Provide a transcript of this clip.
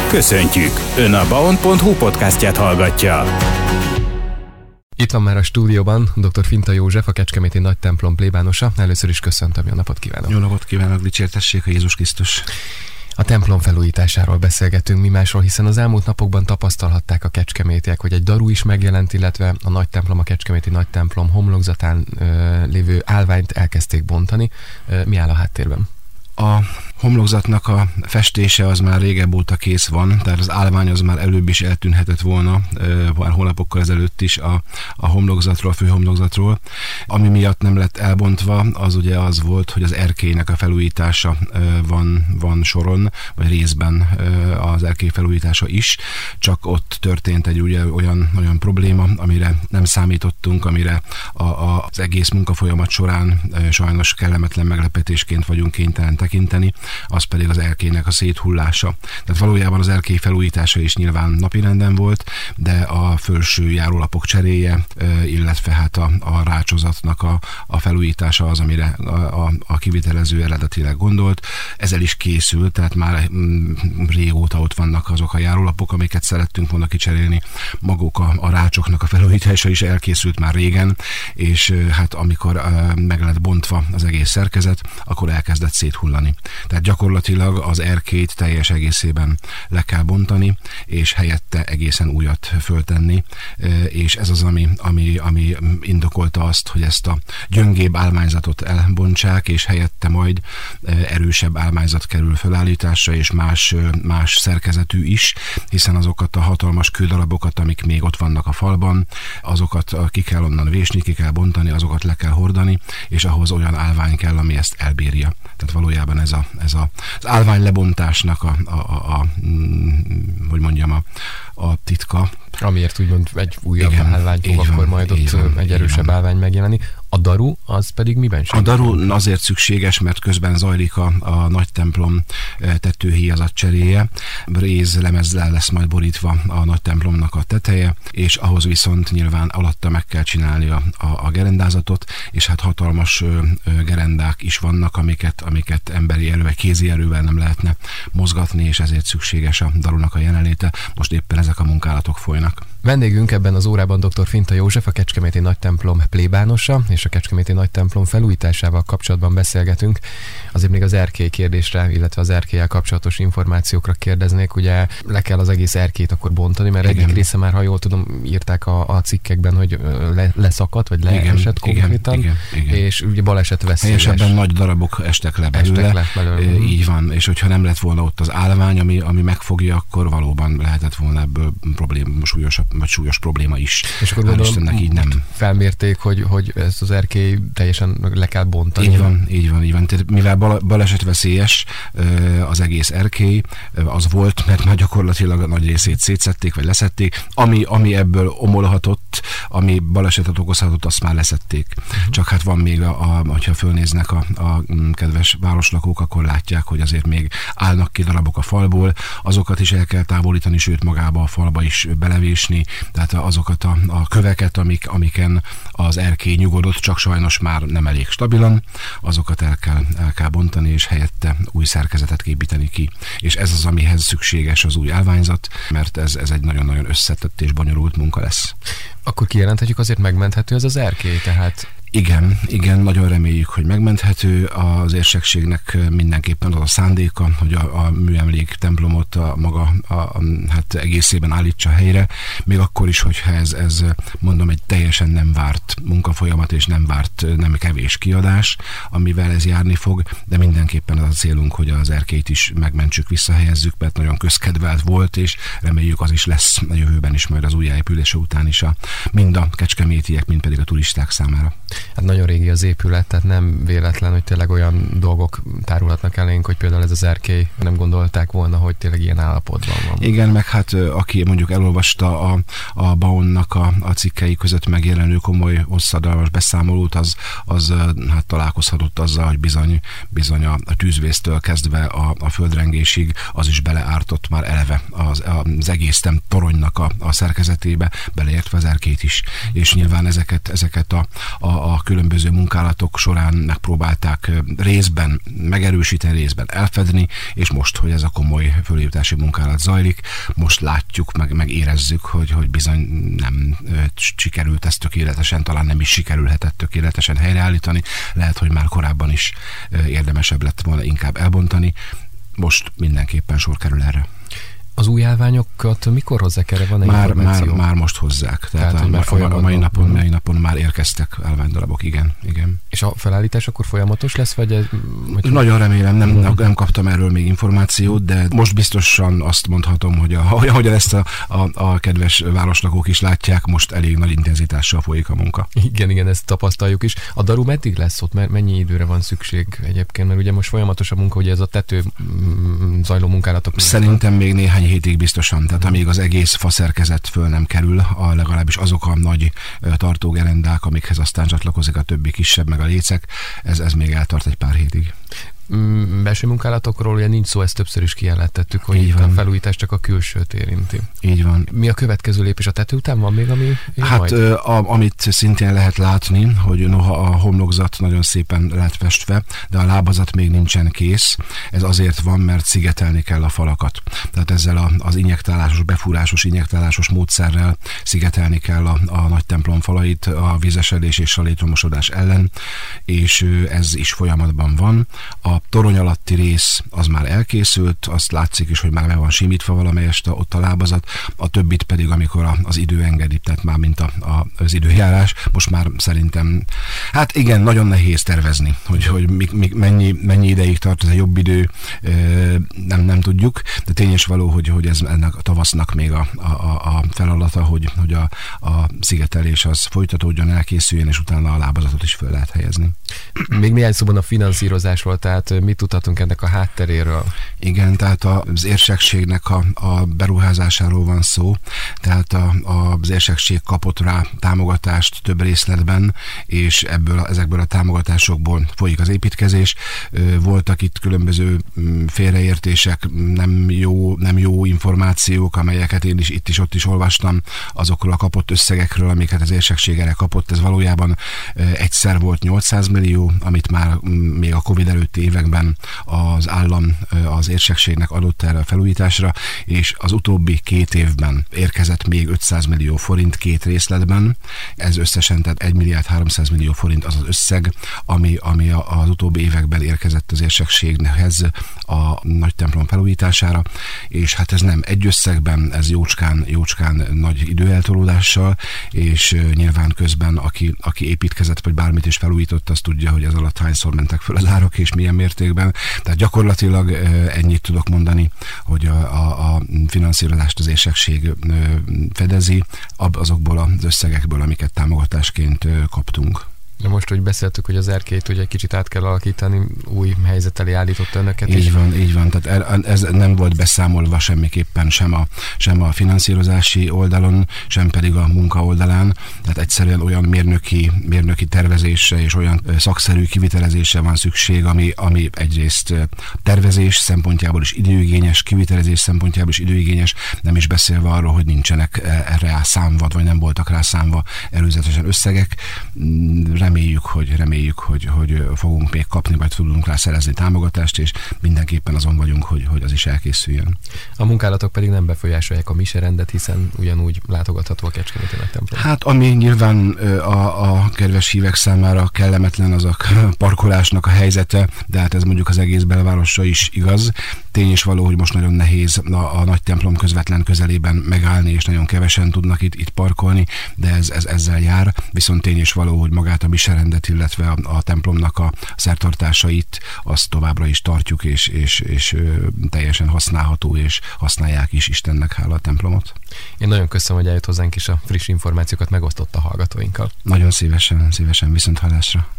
Köszöntjük! Ön a baon.hu podcastját hallgatja. Itt van már a stúdióban dr. Finta József, a Kecskeméti Nagytemplom plébánosa. Először is köszöntöm, jó napot kívánok! Jó napot kívánok, dicsértessék a Jézus Krisztus! A templom felújításáról beszélgetünk mi másról, hiszen az elmúlt napokban tapasztalhatták a kecskemétiek, hogy egy daru is megjelent, illetve a nagytemplom, a Kecskeméti Nagytemplom homlokzatán lévő állványt elkezdték bontani. Mi áll a háttérben? A homlokzatnak a festése az már régebb óta kész van, tehát az állvány az már előbb is eltűnhetett volna, pár hónapokkal ezelőtt is a homlokzatról, a főhomlokzatról. Ami miatt nem lett elbontva, az ugye az volt, hogy az erkélynek a felújítása van soron, vagy részben az erkély felújítása is, csak ott történt egy ugye olyan probléma, amire nem számítottunk, amire az egész munkafolyamat során sajnos kellemetlen meglepetésként vagyunk kénytelen tekinteni, az pedig az erkélynek a széthullása. Tehát valójában az erkély felújítása is nyilván napirenden volt, de a felső járólapok cseréje, illetve hát a rácsozatnak a felújítása az, amire a kivitelező eredetileg gondolt. Ezzel is készült, tehát már régóta ott vannak azok a járólapok, amiket szerettünk volna kicserélni. Maguk a rácsoknak a felújítása is elkészült már régen, és hát amikor meg lett bontva az egész szerkezet, akkor elkezdett széthullani. Tehát gyakorlatilag az erkélyt teljes egészében le kell bontani, és helyette egészen újat föltenni, és ez az, ami indokolta azt, hogy ezt a gyöngébb állványzatot elbontsák, és helyette majd erősebb állványzat kerül felállításra, és más szerkezetű is, hiszen azokat a hatalmas kődarabokat, amik még ott vannak a falban, azokat ki kell onnan vésni, ki kell bontani, azokat le kell hordani, és ahhoz olyan állvány kell, ami ezt elbírja. Tehát valójában ez az állvány lebontásnak a titka. Amiért úgymond egy újabb állvány fog akkor majd ott egy erősebb állvány megjelenni. A daru, az pedig miben segít? A daru azért szükséges, mert közben zajlik a nagy templom tetőhíjazat cseréje. Rézlemezzel lesz majd borítva a nagy templomnak a teteje, és ahhoz viszont nyilván alatta meg kell csinálni a gerendázatot, és hát hatalmas gerendák is vannak, amiket emberi erővel, kézi erővel nem lehetne mozgatni, és ezért szükséges a darunak a jelenléte. Most éppen ezek a munkálatok folynak. Vendégünk ebben az órában dr. Finta József, a Kecskeméti Nagytemplom plébánosa, és a Kecskeméti Nagytemplom felújításával kapcsolatban beszélgetünk. Azért még az erkély kérdésre, illetve az erkéllyel kapcsolatos információkra kérdeznék. Ugye le kell az egész erkélyt akkor bontani, mert egyik része már, ha jól tudom, írták a cikkekben, hogy leszakadt, vagy leesett konkrétan, és ugye baleset veszélyes. Helyesebben nagy darabok estek le belőle. Így van, és hogyha nem lett volna ott az állvány, ami megfogja, akkor valóban lehetett volna ebből súlyos probléma is. És akkor gondolom, így nem. Felmérték, hogy ezt az erkély teljesen le kell bontani. Így van. Tehát mivel balesetveszélyes az egész erkély, az volt, mert már gyakorlatilag a nagy részét szétszették, vagy leszették. Ami ebből omolhatott, ami balesetet okozhatott, azt már leszették. Csak hát van még, hogyha fölnéznek a kedves városlakók, akkor látják, hogy azért még állnak ki darabok a falból, azokat is el kell távolítani, sőt magába a falba is belevésni, tehát azokat a köveket, amiken az erkély nyugodott, csak sajnos már nem elég stabilan, azokat el kell bontani, és helyette új szerkezetet képíteni ki. És ez az, amihez szükséges az új állványzat, mert ez egy nagyon-nagyon összetett és bonyolult munka lesz. Akkor kijelenthetjük, azért megmenthető ez az erkély, tehát... Igen, nagyon reméljük, hogy megmenthető. Az érsekségnek mindenképpen az a szándéka, hogy a műemlék templomot hát egészében állítsa helyre, még akkor is, hogyha ez mondom, egy teljesen nem várt munkafolyamat, és nem kevés kiadás, amivel ez járni fog, de mindenképpen az a célunk, hogy az erkélyt is megmentsük, visszahelyezzük, mert nagyon közkedvelt volt, és reméljük az is lesz a jövőben is, majd az újjáépülése után is mind a kecskemétiek, mind pedig a turisták számára. Hát nagyon régi az épület, tehát nem véletlen, hogy tényleg olyan dolgok tárulhatnak elénk, hogy például ez az erkély nem gondolták volna, hogy tényleg ilyen állapotban van. Igen, meg hát aki mondjuk elolvasta a Baonnak a cikkei között megjelenő komoly hosszadalmas beszámolót, az hát találkozhatott azzal, hogy bizony a tűzvésztől kezdve a földrengésig az is beleártott már eleve az egész toronynak a szerkezetébe, beleértve az erkélyt is. És nyilván ezeket a a különböző munkálatok során megpróbálták részben megerősíteni, részben elfedni, és most, hogy ez a komoly fölújítási munkálat zajlik, most látjuk, meg érezzük, hogy bizony nem sikerült ezt tökéletesen, talán nem is sikerülhetett tökéletesen helyreállítani. Lehet, hogy már korábban is érdemesebb lett volna inkább elbontani. Most mindenképpen sor kerül erre. Az új állványokat mikor hozzák erre? Van információ? Már most hozzák. Tehát a mai napon már érkeztek állványdarabok, igen. És a felállítás akkor folyamatos lesz? Vagy nagyon remélem, nem kaptam erről még információt, de most biztosan azt mondhatom, hogy ahogyan ezt a kedves városlakók is látják, most elég nagy intenzitással folyik a munka. Igen, ezt tapasztaljuk is. A daru meddig lesz ott? Mennyi időre van szükség egyébként? Mert ugye most folyamatos a munka, ugye ez a tető zajló munkálatok. Szerintem még néhány hétig biztosan, tehát amíg az egész faszerkezet föl nem kerül, legalábbis azok a nagy tartógerendák, amikhez aztán csatlakozik a többi kisebb, meg a lécek, ez még eltart egy pár hétig. Belső munkálatokról ugye nincs szó, ezt többször is kijelentettük, hogy itt a felújítás csak a külsőt érinti. Így van. Mi a következő lépés? A tető után van még, ami hát amit szintén lehet látni, hogy noha a homlokzat nagyon szépen lett festve, de a lábazat még nincsen kész. Ez azért van, mert szigetelni kell a falakat. Tehát ezzel az injektálásos, befúrásos, injektálásos módszerrel szigetelni kell a nagy templom falait a vízesedés és a létromosodás ellen, és ez is folyamatban van. A torony alatti rész az már elkészült, azt látszik is, hogy már be van simítva valamelyest ott a lábazat, a többit pedig, amikor az idő engedi, tehát már mint az időjárás, most már szerintem, hát igen, nagyon nehéz tervezni, hogy mennyi ideig tart ez a jobb idő, nem tudjuk, de tény és való, hogy ez ennek a tavasznak még a feladata, hogy a szigetelés az folytatódjon, elkészüljön, és utána a lábazatot is föl lehet helyezni. Még néhány szóban a finanszírozásról, tehát mit tudhatunk ennek a hátteréről? Igen, tehát az érsekségnek a beruházásáról van szó, tehát az érsekség kapott rá támogatást több részletben, és ezekből a támogatásokból folyik az építkezés. Voltak itt különböző félreértések, nem jó információk, amelyeket én is itt is ott is olvastam, azokról a kapott összegekről, amiket az érsekség erre kapott. Ez valójában egyszer volt 800 millió, amit már még a Covid előtti években az állam az érsekségnek adott erre a felújításra, és az utóbbi 2 évben érkezett még 500 millió forint 2 részletben. Ez összesen, tehát 1 milliárd 300 millió forint az összeg, ami az utóbbi években érkezett az érsekséghez a nagy templom felújítására, és hát ez nem egy összegben, ez jócskán nagy időeltolódással, és nyilván közben, aki építkezett, vagy bármit is felújított, az tudja, hogy ez alatt hányszor mentek föl az árak, és milyen mértékben. Tehát gyakorlatilag ennyit tudok mondani, hogy a finanszírozást az érsekség fedezi azokból az összegekből, amiket támogatásként kaptunk. De most, hogy beszéltük, hogy az erkélyt ugye egy kicsit át kell alakítani, új helyzet elé állította önöket is. Így van. Tehát ez nem volt beszámolva semmiképpen sem a finanszírozási oldalon, sem pedig a munka oldalán. Tehát egyszerűen olyan mérnöki tervezésre és olyan szakszerű kivitelezésre van szükség, ami egyrészt tervezés szempontjából is időigényes, kivitelezés szempontjából is időigényes, nem is beszélve arról, hogy nincsenek rá számva, vagy nem voltak rá számva előzetesen összegek. Reméljük, hogy fogunk még kapni, vagy tudunk rá szerezni támogatást, és mindenképpen azon vagyunk, hogy az is elkészüljön. A munkálatok pedig nem befolyásolják a miserendet, hiszen ugyanúgy látogatható a Kecskeméti nagy templom. Hát ami nyilván a kedves hívek számára kellemetlen, az a parkolásnak a helyzete, de hát ez mondjuk az egész belvárosra is igaz. Tény is való, hogy most nagyon nehéz a nagy templom közvetlen közelében megállni, és nagyon kevesen tudnak itt parkolni, de ez ezzel jár. Viszont tény is való, hogy magát a miserendet, illetve a templomnak a szertartásait, azt továbbra is tartjuk, és teljesen használható, és használják is, Istennek hála a templomot. Én nagyon köszönöm, hogy eljött hozzánk is, a friss információkat megosztotta a hallgatóinkkal. Nagyon szívesen, viszont hallásra.